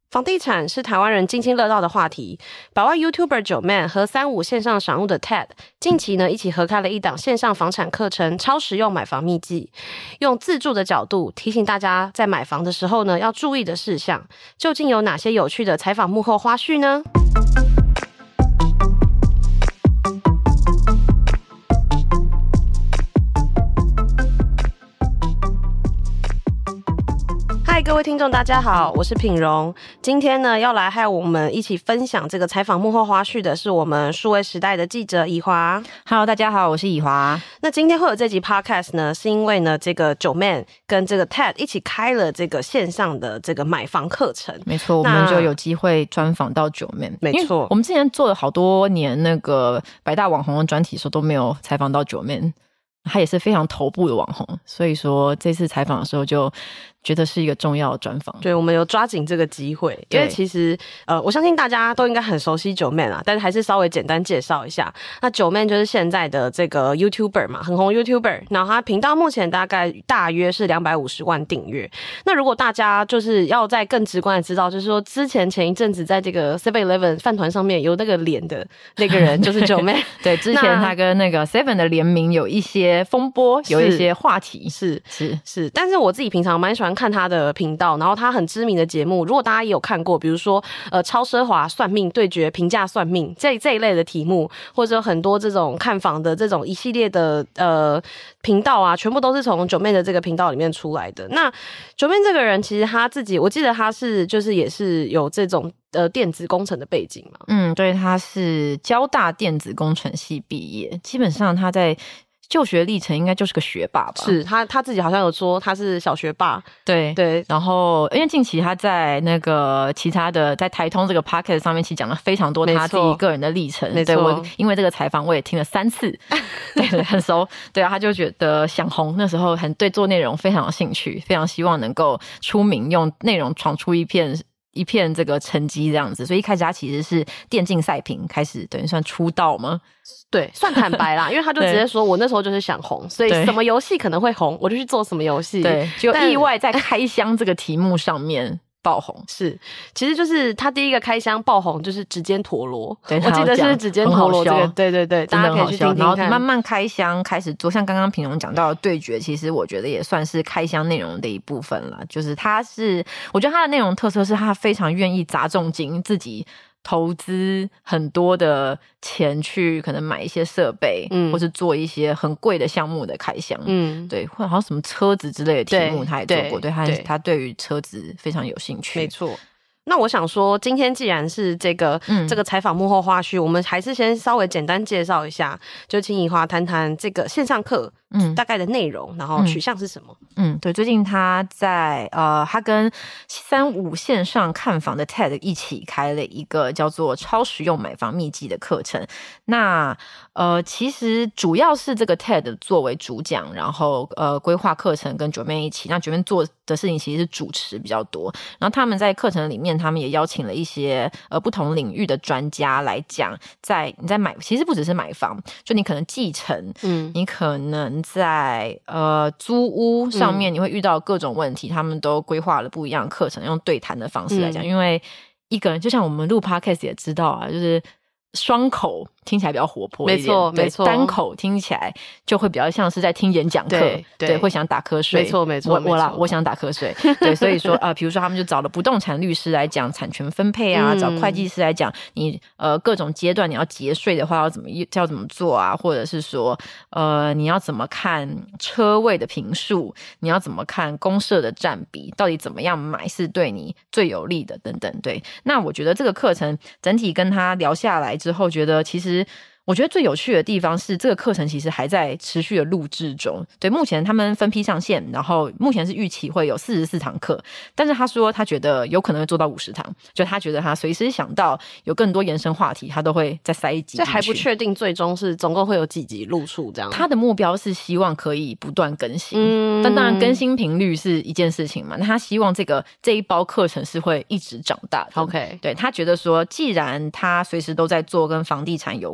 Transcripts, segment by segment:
房地产是台湾人津津乐道的话题，百万 YouTuber 9man 和35线上赏物的 TED 近期呢一起合开了一档线上房产课程超实用买房秘籍，用自住的角度提醒大家在买房的时候呢要注意的事项，究竟有哪些有趣的采访幕后花絮呢？嗨，各位听众大家好，我是品蓉。今天呢要来和我们一起分享这个采访幕后花絮的是我们数位时代的记者以华。 Hello， 大家好，我是以华。 那今天会有这集 podcast 呢，是因为呢这个9man跟这个 TED 一起开了这个线上的这个买房课程。 没错，我们就有机会专访到9man。 没错， 我们之前做了好多年那个百大网红的专题的时候都没有采访到9man。他也是非常头部的网红，所以说这次采访的时候就觉得是一个重要的专访。 对，我们有抓紧这个机会，因为其实我相信大家都应该很熟悉9man啊，但是还是稍微简单介绍一下。那9man就是现在的这个 YouTuber 嘛，很红 YouTuber， 然后他频道目前大约是250万订阅。那如果大家就是要再更直观的知道，就是说前一阵子在这个 7-Eleven 饭团上面有那个脸的那个人就是9man。 对，之前他跟那个 Seven 的联名有一些风波，有一些话题，是， 但是我自己平常蛮喜欢看他的频道，然后他很知名的节目，如果大家也有看过，比如说超奢华算命对决评价算命这一类的题目，或者有很多这种看房的这种一系列的频道啊，全部都是从9man的这个频道里面出来的。那9man这个人其实他自己，我记得他是就是也是有这种电子工程的背景嘛。 对，他是交大电子工程系毕业，基本上他在就学历程应该就是个学霸吧。 是他自己好像有说他是小学霸。 对，然后因为近期他在那个其他的在台通这个 podcast 上面其实讲了非常多他自己个人的历程。对，我因为这个采访我也听了3次。对，很熟。对啊，他就觉得想红，那时候很对做内容非常有兴趣，非常希望能够出名，用内容闯出一片这个成绩这样子，所以一开始他其实是电竞赛评开始，等于算出道吗？ 对，算坦白啦，因为他就直接说我那时候就是想红，所以什么游戏可能会红，我就去做什么游戏。 对，就意外在开箱这个题目上面爆红。 是，其实就是他第一个开箱爆红就是指尖陀螺。 对， 我记得是指尖陀螺这个，对，大家可以去听听看。 然后慢慢开箱，开始做像刚刚品蓉讲到的对决，其实我觉得也算是开箱内容的一部分啦。就是我觉得他的内容特色是他非常愿意砸重金自己投资很多的钱去可能买一些设备，或是做一些很贵的项目的开箱。对，或者好像什么车子之类的题目他也做过。对，他对于车子非常有兴趣。 没错。那我想说，今天既然是这个采访幕后花絮，我们还是先稍微简单介绍一下，就请以华谈谈这个线上课大概的内容，然后取向是什么。 对，最近他在他跟35线上看房的 TED 一起开了一个叫做超实用买房秘籍的课程。那其实主要是这个 TED 作为主讲，然后规划课程跟9man一起。那9man做的事情其实是主持比较多，然后他们在课程里面他们也邀请了一些不同领域的专家来讲，你在买，其实不只是买房，就你可能继承，你可能在租屋上面你会遇到各种问题，他们都规划了不一样的课程，用对谈的方式来讲。因为一个人就像我们录 podcast 也知道啊，就是双口听起来比较活泼一点， 没错， 单口听起来就会比较像是在听演讲课，对，会想打瞌睡， 没错， 我想打瞌睡。对，所以说比如说他们就找了不动产律师来讲产权分配啊，找会计师来讲你各种阶段你要节税的话要怎么做啊，或者是说你要怎么看车位的坪数，你要怎么看公设的占比，到底怎么样买是对你最有利的等等。对，那我觉得这个课程整体跟他聊下来之后，觉得其实我觉得最有趣的地方是这个课程其实还在持续的录制中。对，目前他们分批上线，然后目前是预期会有44堂课，但是他说他觉得有可能会做到50堂，就他觉得他随时想到有更多延伸话题他都会再塞一集进去。 这还不确定最终是总共会有几集录出这样。 他的目标是希望可以不断更新，但当然更新频率是一件事情嘛，那他希望这一包课程是会一直长大的。 OK， 对，他觉得说既然他随时都在做跟房地产有关的题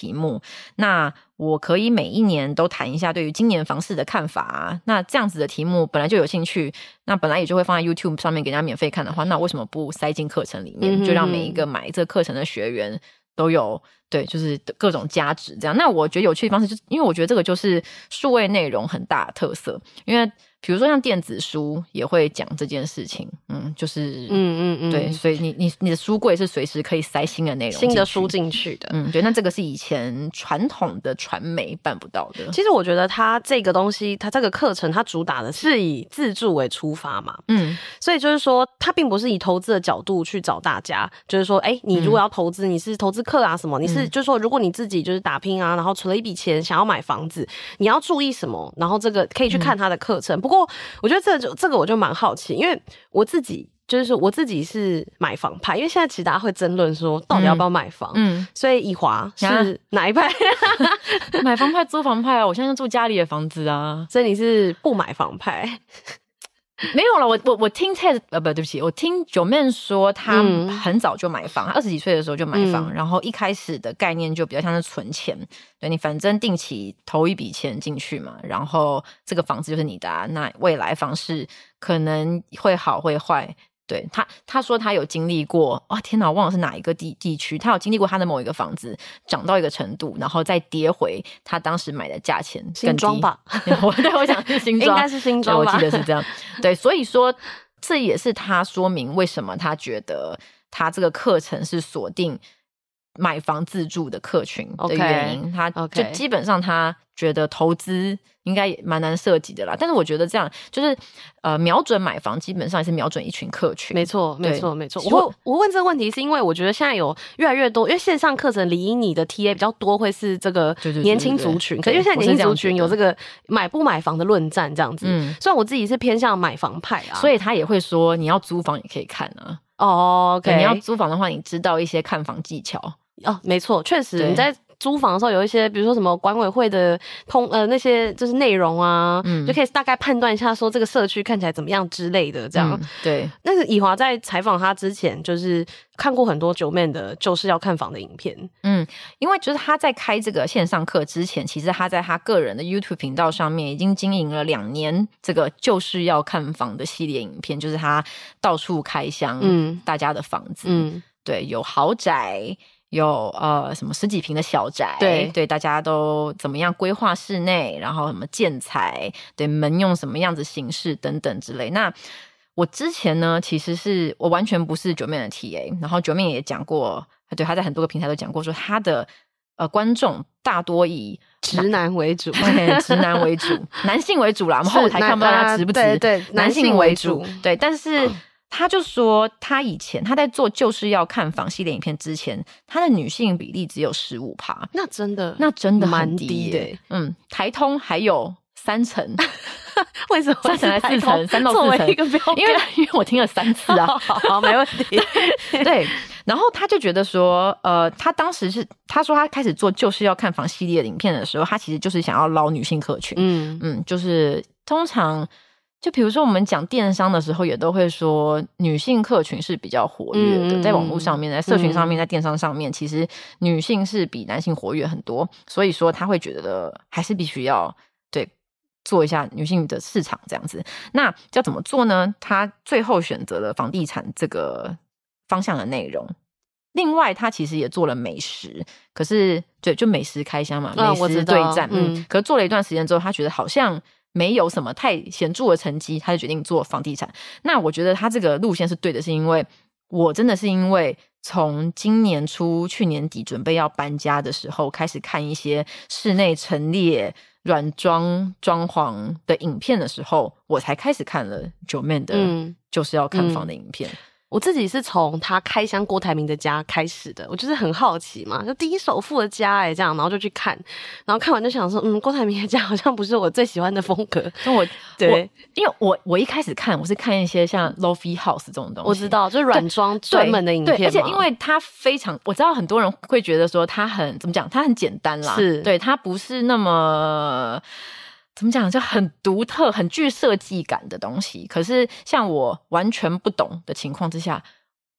题目，那我可以每一年都谈一下对于今年房市的看法啊。那这样子的题目本来就有兴趣，那本来也就会放在 YouTube 上面给人家免费看的话，那为什么不塞进课程里面，就让每一个买这个课程的学员都有对，就是各种价值这样。那我觉得有趣的方式，就是因为我觉得这个就是数位内容很大的特色，因为比如说像电子书也会讲这件事情，就是对，所以你的书柜是随时可以塞新的内容、 新的书进去的， 对，那这个是以前传统的传媒办不到的。 其实我觉得它这个东西，它这个课程，它主打的是以自助为出发嘛，所以就是说，它并不是以投资的角度去找大家，就是说，你如果要投资，你是投资客啊什么，你是就是说，如果你自己就是打拼啊，然后存了一笔钱想要买房子，你要注意什么，然后这个可以去看他的课程。不过我觉得这个我就蛮好奇，因为我自己就是说我自己是买房派，因为现在其实大家会争论说到底要不要买房，所以以华是哪一派？ 买房派、租房派啊！我现在住家里的房子啊， 所以你是不买房派。 没有了，我听 Ted 对不起，我听九妹说他很早就买房，他20几岁的时候就买房，然后一开始的概念就比较像是存钱，对，你反正定期投一笔钱进去嘛，然后这个房子就是你的啊，那未来房市可能会好会坏。对，他说他有经历过，天哪，我忘了是哪一个地区，他有经历过他的某一个房子涨到一个程度，然后再跌回他当时买的价钱更低。 新庄吧？ 对，我想是新庄， 应该是新庄吧？ 我记得是这样。对，所以说这也是他说明为什么他觉得他这个课程是锁定买房自住的客群的原因。他就基本上他觉得投资应该也蛮难涉及的啦，但是我觉得这样就是瞄准买房基本上也是瞄准一群客群。 没错。我问这个问题是因为我觉得现在有越来越多，因为线上课程离你的 TA 比较多会是这个年轻族群，可是因为现在年轻族群有这个买不买房的论战这样子，虽然我自己是偏向买房派啊， 所以他也会说你要租房也可以看啊。 OK， 你要租房的话，你知道一些看房技巧。 没错，确实你在租房的时候有一些比如说什么管委会的那些就是内容啊，就可以大概判断一下说这个社区看起来怎么样之类的这样。 对， 那个以华在采访他之前就是看过很多九妹的就是要看房的影片。 因为就是他在开这个线上课之前，其实他在他个人的 YouTube 频道上面已经经营了2年这个就是要看房的系列影片，就是他到处开箱大家的房子。对，有豪宅，有什么10几坪的小宅，对，大家都怎么样规划室内，然后什么建材，对，门用什么样子形式等等之类。那我之前呢，其实是我完全不是九妹的 TA， 然后九妹也讲过，对，他在很多个平台都讲过，说他的观众大多以直男为主， 直男为主，男性为主啦。我们后台看不到他直不直， 对， 男性为主，对，但是。他就说他以前他在做就是要看房系列影片之前，他的女性比例只有 15%， 那真的蛮低的。台通还有3成， 为什么 3成还是4成？3到4成， 作为一个标杆， 因为我听了3次啊。 好，没问题。 对，然后他就觉得说，他当时是他说他开始做就是要看房系列的影片的时候，他其实就是想要捞女性客群。就是通常。就比如说我们讲电商的时候也都会说女性客群是比较活跃的，在网络上面，在社群上面，在电商上面，其实女性是比男性活跃很多，所以说他会觉得还是必须要对做一下女性的市场这样子。那要怎么做呢？他最后选择了房地产这个方向的内容。另外他其实也做了美食，可是对，就美食开箱嘛，美食对战。可是做了一段时间之后，他觉得好像没有什么太显著的成绩，他就决定做房地产。那我觉得他这个路线是对的，是因为我真的是因为从今年初去年底准备要搬家的时候开始看一些室内陈列软装装潢的影片的时候，我才开始看了九妹的就是要看房的影片。 我自己是从他开箱郭台铭的家开始的，我就是很好奇嘛，就第一首富的家这样，然后就去看，然后看完就想说，郭台铭的家好像不是我最喜欢的风格。对， 因为我一开始看我是看一些像 Lofi House 这种东西， 我知道，就是软装专门的影片嘛。 而且因为它非常，我知道很多人会觉得说它很怎么讲，它很简单啦，对，它不是那么。怎么讲，就很独特很具设计感的东西，可是像我完全不懂的情况之下，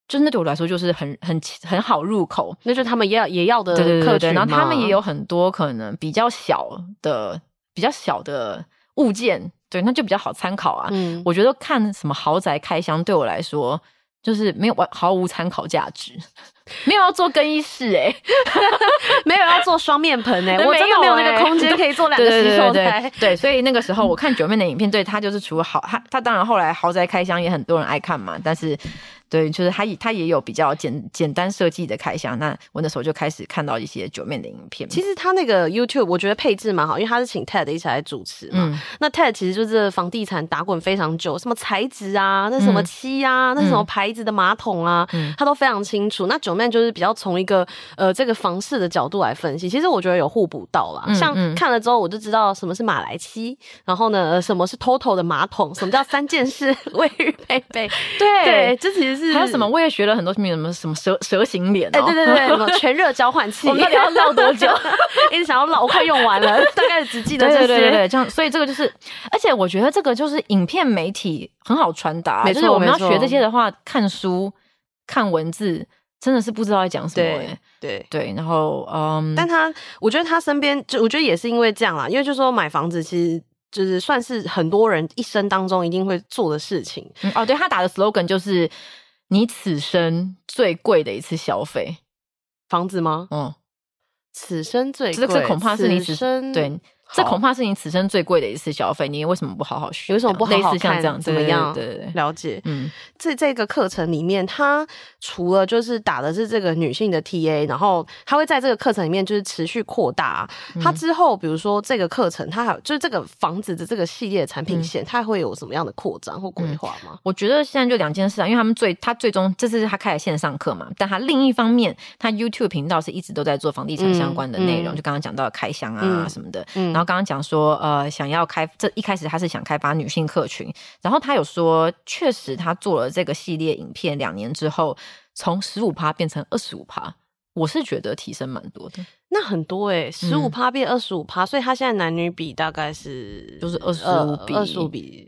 就是那对我来说就是很好入口， 那就是他们也要的客群嘛。 对，然后他们也有很多可能比较小的物件，对，那就比较好参考啊。我觉得看什么豪宅开箱对我来说就是毫无参考价值。没有要做更衣室没有要做双面盆我真的没有那个空间可以做2个洗手台。 对，所以那个时候我看九妹的影片，对，他就是除了他当然后来豪宅开箱也很多人爱看嘛，但是对，就是他也有比较简单设计的开箱。那我那时候就开始看到一些九妹的影片。 其实他那个 YouTube 我觉得配置蛮好，因为他是请 TED 一起来主持嘛。那 TED 其实就是房地产打滚非常久，什么材质啊，那什么漆啊，那什么牌子的马桶啊，他都非常清楚。那九妹就是比较从一个这个房市的角度来分析，其实我觉得有互补到啦。像看了之后我就知道什么是马来漆，然后呢什么是 TOTO 的马桶，什么叫3件式卫浴配备。对，这其实是还有什么我也学了很多什么蛇形脸对，什么全热交换器。 我们到底要唠多久？ 一直想要唠，我快用完了，大概只记得这些。 对，这样，所以这个就是，而且我觉得这个就是影片媒体很好传达，就是我们要学这些的话，看书看文字真的是不知道在讲什么。对，然后但我觉得他身边我觉得也是因为这样啦，因为就说买房子其实就是算是很多人一生当中一定会做的事情。 对，他打的 slogan 就是你此生最贵的一次消费。 房子吗？此生最贵， 这恐怕是你此生对。这恐怕是你此生最贵的一次消费，你为什么不好好学？ 为什么不好好看？ 类似像这样怎么样？ 对， 了解。这个课程里面，他除了就是打的是这个女性的 TA， 然后他会在这个课程里面就是持续扩大。他之后比如说这个课程，他还有就是这个房子的这个系列的产品线，他会有什么样的扩张或规划吗？ 我觉得现在就2件事啊，因为他最终这是他开的线上课嘛，但他另一方面，他 YouTube 频道是一直都在做房地产相关的内容，就刚刚讲到的开箱啊什么的，然后刚刚讲说想要这一开始他是想开发女性客群，然后他有说确实他做了这个系列影片2年之后从 15% 变成 25%， 我是觉得提升蛮多的。 那很多15% 变 25%， 所以他现在男女比大概是就是25 比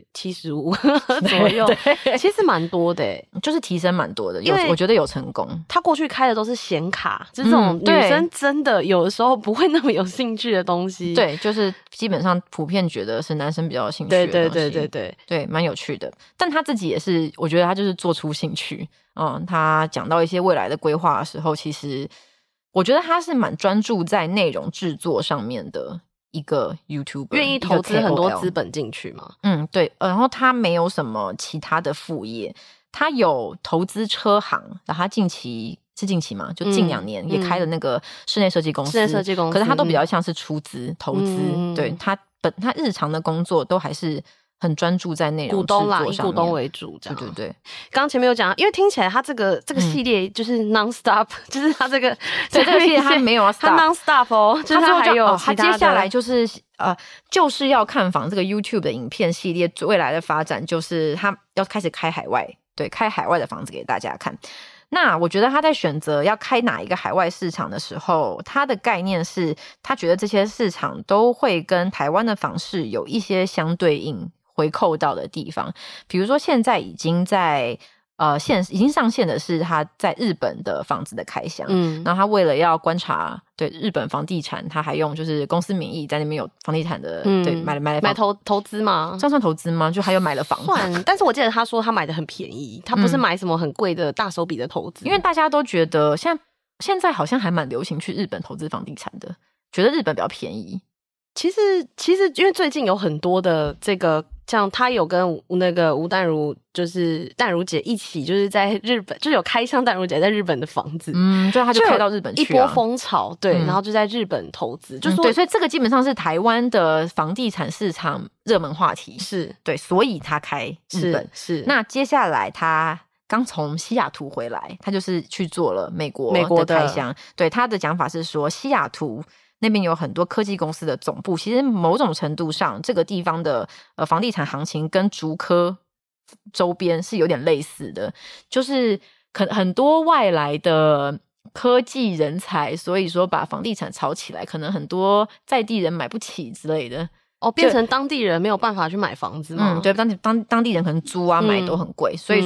75左右，其实蛮多的就是提升蛮多的，我觉得有成功。 他过去开的都是显卡，就是这种女生真的有的时候不会那么有兴趣的东西。 对，就是基本上普遍觉得是男生比较有兴趣的东西。对，蛮有趣的。但他自己也是，我觉得他就是做出兴趣。他讲到一些未来的规划的时候，其实我觉得他是蛮专注在内容制作上面的一个 YouTuber， 愿意投资很多资本进去嘛。 对，然后他没有什么其他的副业，他有投资车行，然后他近期嘛，就近2年也开了那个室内设计公司，可是他都比较像是出资投资。对，他日常的工作都还是很专注在内容制作上面， 以股东为主这样。 对， 刚刚前面有讲，因为听起来他这个系列就是 non-stop，就是他这个这个系列他没有要 stop， 他 non-stop 就是他还有他接下来就是要看房这个 YouTube 的影片系列未来的发展，就是他要开始开海外的房子给大家看。那我觉得他在选择要开哪一个海外市场的时候，他的概念是他觉得这些市场都会跟台湾的房市有一些相对应回扣到的地方。比如说现在已经上线的是他在日本的房子的开箱，然后他为了要观察对日本房地产，他还用就是公司名义在那边有房地产的对买投资吗？这样算投资吗？就还有买了房算，但是我记得他说他买的很便宜，他不是买什么很贵的大手笔的投资， 因为大家都觉得现在好像还蛮流行去日本投资房地产的，觉得日本比较便宜。 其实因为最近有很多的这个，像他有跟那个吴淡如，就是淡如姐一起，就是在日本就有开箱淡如姐在日本的房子， 就他就开到日本去， 一波风潮，对，然后就在日本投资，就说对，所以这个基本上是台湾的房地产市场热门话题， 是对，所以他开日本是。 那接下来他刚从西雅图回来，他就是去做了美国的开箱，对，他的讲法是说西雅图那边有很多科技公司的总部，其实某种程度上这个地方的房地产行情跟竹科周边是有点类似的，就是很多外来的科技人才，所以说把房地产炒起来，可能很多在地人买不起之类的。 变成当地人没有办法去买房子吗？ 对，当地人可能租啊买都很贵，所以说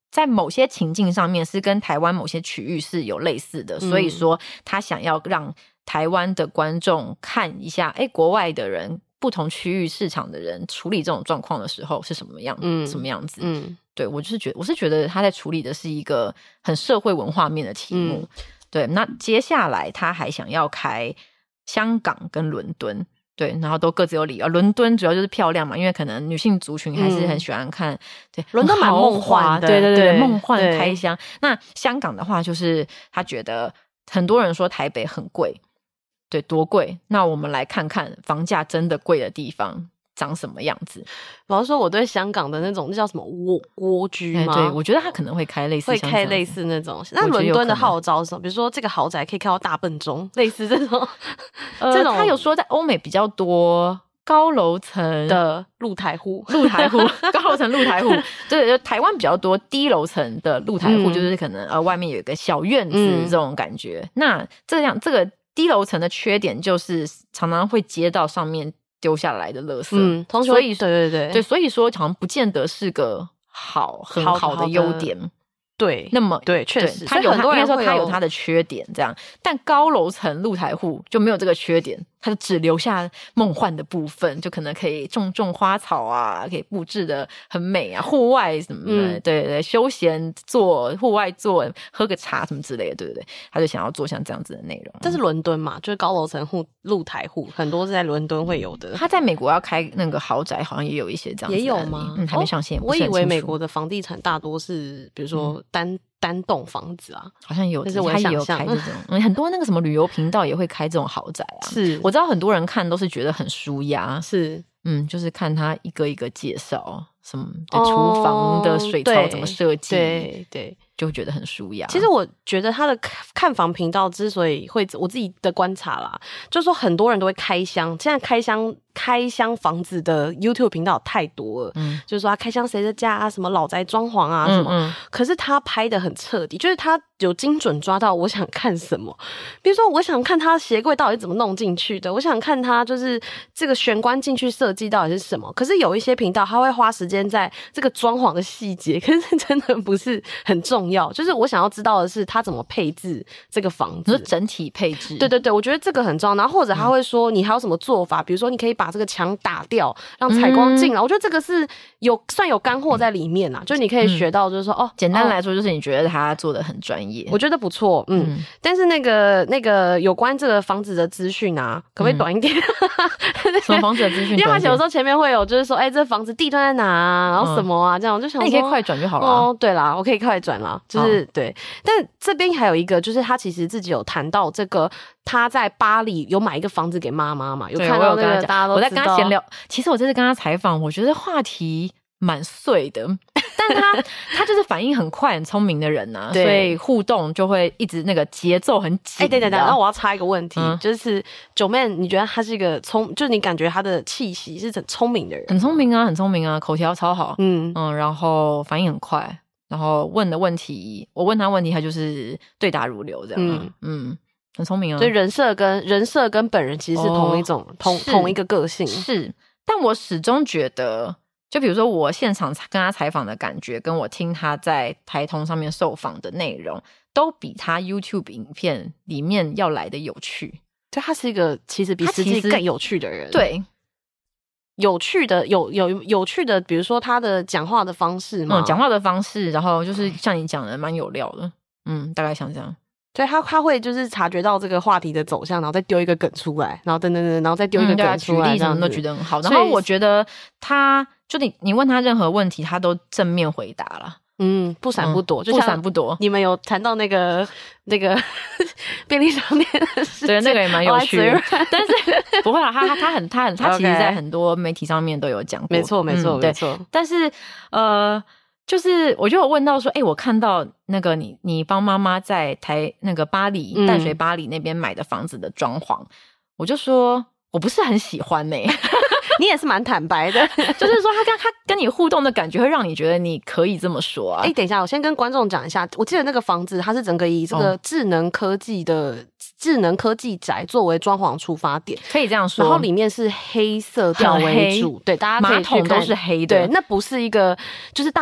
在某些情境上面是跟台湾某些区域是有类似的，所以说他想要让台湾的观众看一下，国外的人不同区域市场的人处理这种状况的时候是什么样子。对，我是觉得他在处理的是一个很社会文化面的题目。对，那接下来他还想要开香港跟伦敦。对，然后都各自有理由。伦敦主要就是漂亮嘛，因为可能女性族群还是很喜欢看。对， 伦敦蛮梦幻的， 对，梦幻开箱。那香港的话，就是他觉得很多人说台北很贵，对，多贵？那我们来看看房价真的贵的地方长什么样子。 老实说，我对香港的那种叫什么蜗居吗？ 对，我觉得他可能会开类似那种。那伦敦的号召是什么？比如说这个豪宅可以开到大笨钟，类似这种。 他有说在欧美比较多高楼层的露台户， 高楼层露台户。对，就台湾比较多低楼层的露台户，就是可能外面有一个小院子这种感觉。那这个低楼层的缺点就是常常会接到上面丢下来的垃圾，所以对，所以说好像不见得是个很好的优点。 对， 那么对，确实， 他有应该说他有他的缺点，这样，但高楼层露台户就没有这个缺点，他就只留下梦幻的部分，就可能可以种花草啊，可以布置的很美啊，户外什么的，对，休闲户外坐，喝个茶什么之类的，对，他就想要做像这样子的内容。 这是伦敦嘛，就是高楼层露台户，很多是在伦敦会有的。 他在美国要开那个豪宅，好像也有一些这样子的， 也有吗？ 还没上线。 我以为美国的房地产大多是，比如说单栋房子啊， 好像有， 就是他也有开这种，很多那个什么旅游频道也会开这种豪宅啊。 是， 我知道很多人看都是觉得很舒压， 是， 就是看他一个一个介绍什么厨房的水槽怎么设计，对，就觉得很舒压。 其实我觉得他的看房频道之所以会，我自己的观察啦，就是说很多人都会开箱，现在开箱房子的 YouTube 频道太多了，就是说他开箱谁的家啊，什么老宅装潢啊什么，可是他拍的很彻底，就是他有精准抓到我想看什么。比如说我想看他鞋柜到底怎么弄进去的，我想看他就是这个玄关进去设计到底是什么。可是有一些频道他会花时间在这个装潢的细节，可是真的不是很重要，就是我想要知道的是他怎么配置这个房子， 整体配置。 对，我觉得这个很重要。然后或者他会说你还有什么做法，比如说你可以把这个墙打掉，让采光进来。我觉得这个是算有干货在里面啦，就是你可以学到，就是说简单来说就是你觉得他做的很专业， 我觉得不错。但是那个有关这个房子的资讯啊，可不可以短一点？ 什么房子的资讯？ 因为他有时候前面会有就是说这房子地段在哪啊，然后什么啊这样，我就想说你可以快转就好了。 对啦，我可以快转啦，就是对。但这边还有一个，就是他其实自己有谈到这个，他在巴黎有买一个房子给妈妈嘛，有看到那个大家都知道。 我在跟他闲聊，其实我这次跟他采访，我觉得话题蛮碎的，但他就是反应很快、很聪明的人啊，所以互动就会一直那个节奏很紧。 对，然后我要插一个问题，就是九妹，你觉得他是一个就是你感觉他的气息是很聪明的人？ 很聪明啊，口条超好，然后反应很快，然后问的问题，我问他问题，他就是对答如流这样，很聪明啊。 所以人设跟本人其实是同一种、同一个个性。 是，但我始终觉得，就比如说我现场跟他采访的感觉，跟我听他在台通上面受访的内容，都比他 YouTube 影片里面要来的有趣。 对，他是一个其实比实际更有趣的人。 对， 有趣的有趣的，比如说他的讲话的方式嘛， 讲话的方式，然后就是像你讲的蛮有料的，大概像这样。 对，他会就是察觉到这个话题的走向，然后再丢一个梗出来，然后等，然后再丢一个梗出来， 举例什么都举得很好。然后我觉得就你问他任何问题，他都正面回答了。 不闪不躲， 不闪不躲。 你们有谈到那个便利商店的事情， 对，那个也蛮有趣的。但是不会啦，他其实在很多媒体上面都有讲过。 没错。 但是就是我就有问到说，我看到那个你帮妈妈在那个巴黎淡水巴黎那边买的房子的装潢，我就说我不是很喜欢欸。 你也是蛮坦白的， 就是说他跟你互动的感觉会让你觉得你可以这么说啊。 等一下，我先跟观众讲一下，我记得那个房子它是整个以这个智能科技宅作为装潢出发点， 可以这样说。 然后里面是黑色调为主，对，大家可以去看， 马桶都是黑的， 对，那不是一个就是大家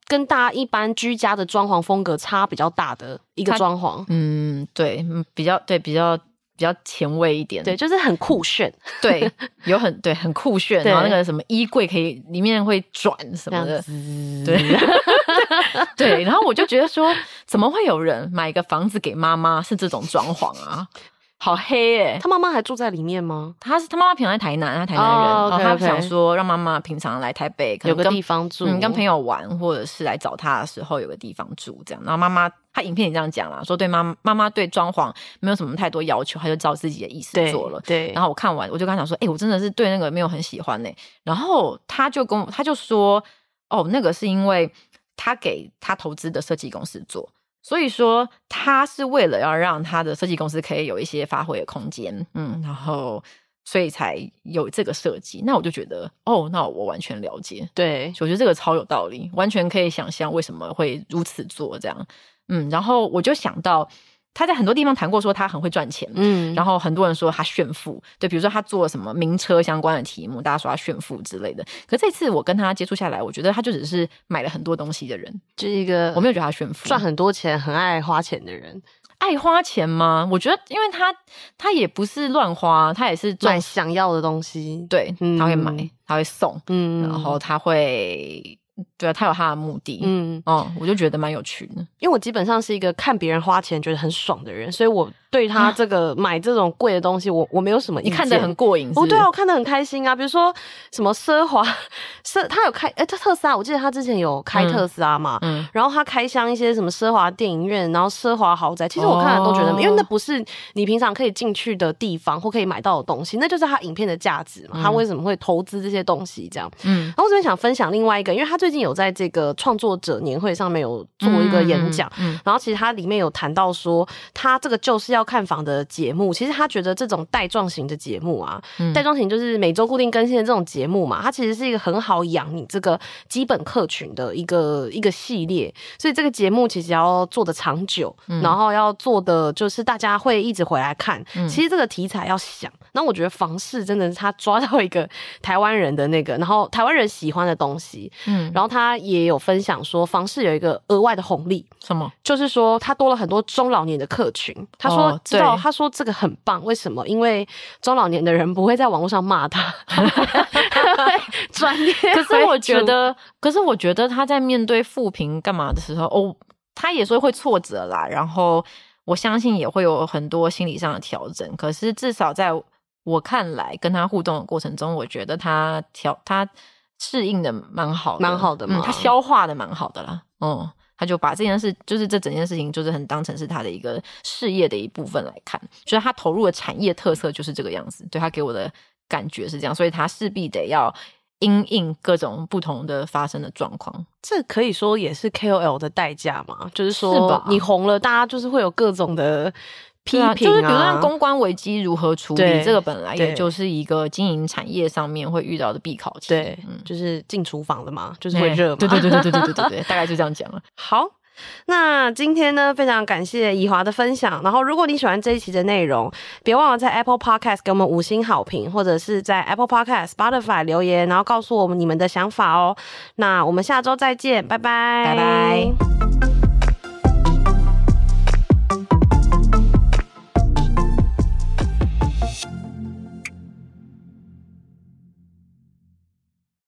跟大家一般居家的装潢风格差比较大的一个装潢。 对，比较前卫一点， 对，就是很酷炫， 对，很酷炫，然后那个什么衣柜可以里面会转什么的，对对，然后我就觉得说，怎么会有人买一个房子给妈妈是这种装潢啊？好黑欸。 他妈妈还住在里面吗？ 他妈妈平常在台南，他台南人，然后他想说让妈妈平常来台北，可能有个地方住， 跟朋友玩，或者是来找他的时候有个地方住这样。然后妈妈他影片也这样讲啦，说对妈妈对装潢没有什么太多要求，他就照自己的意思做了。 对。 然后我看完，我就跟他讲说，我真的是对那个没有很喜欢欸。然后他就说，那个是因为他给他投资的设计公司做。所以说他是为了要让他的设计公司可以有一些发挥的空间，然后所以才有这个设计。那我就觉得那我完全了解， 对， 我觉得这个超有道理，完全可以想象为什么会如此做这样。然后我就想到他在很多地方谈过说他很会赚钱，然后很多人说他炫富，对，比如说他做了什么名车相关的题目，大家说他炫富之类的。可这次我跟他接触下来，我觉得他就只是买了很多东西的人， 就是一个我没有觉得他炫富， 赚很多钱、很爱花钱的人。 爱花钱吗？我觉得，因为他也不是乱花，他也是买想要的东西， 对，他会买，他会送，然后他会。对啊，他有他的目的，我就觉得蛮有趣的。 因为我基本上是一个看别人花钱觉得很爽的人，所以我对他这个买这种贵的东西，我没有什么意见。 你看得很过瘾是不是？ 对啊，我看得很开心啊。比如说什么奢华他有开特斯拉，我记得他之前有开特斯拉嘛，然后他开箱一些什么奢华电影院，然后奢华豪宅，其实我看了都觉得，因为那不是你平常可以进去的地方或可以买到的东西，那就是他影片的价值嘛。他为什么会投资这些东西这样？然后我这边想分享另外一个，因为他最近有在这个创作者年会上面有做一个演讲，然后其实他里面有谈到说，他这个就是要看房的节目，其实他觉得这种带状型的节目啊，带状型就是每周固定更新的这种节目嘛，它其实是一个很好养你这个基本客群的一个系列，所以这个节目其实要做的长久，然后要做的就是大家会一直回来看，其实这个题材要想。那我觉得房市真的是他抓到一个台湾人的那个，然后台湾人喜欢的东西，然后他也有分享说房市有一个额外的红利， 什么？就是说他多了很多中老年的客群。他说知道，他说这个很棒，为什么？因为中老年的人不会在网络上骂他，专业。 可是我觉得他在面对负评干嘛的时候，他也说会挫折啦，然后我相信也会有很多心理上的调整。可是至少在我看来，跟他互动的过程中，我觉得他适应的蛮好的嘛，他消化的蛮好的啦。他就把这件事，就是这整件事情，就是很当成是他的一个事业的一部分来看，所以他投入的产业特色就是这个样子。对，他给我的感觉是这样，所以他势必得要因应各种不同的发生的状况。 这可以说也是 KOL 的代价嘛，就是说你红了，大家就是会有各种的批评就是比如说公关危机如何处理，这个本来也就是一个经营产业上面会遇到的必考期。 对，就是进厨房的嘛，就是会热嘛。 对，大概就这样讲了。 好，那今天呢，非常感谢宜华的分享。然后，如果你喜欢这一期的内容，别忘了在 Apple Podcast 给我们5星好评，或者是在 Apple Podcast、Spotify 留言，然后告诉我们你们的想法哦。那我们下周再见，拜拜， 拜拜。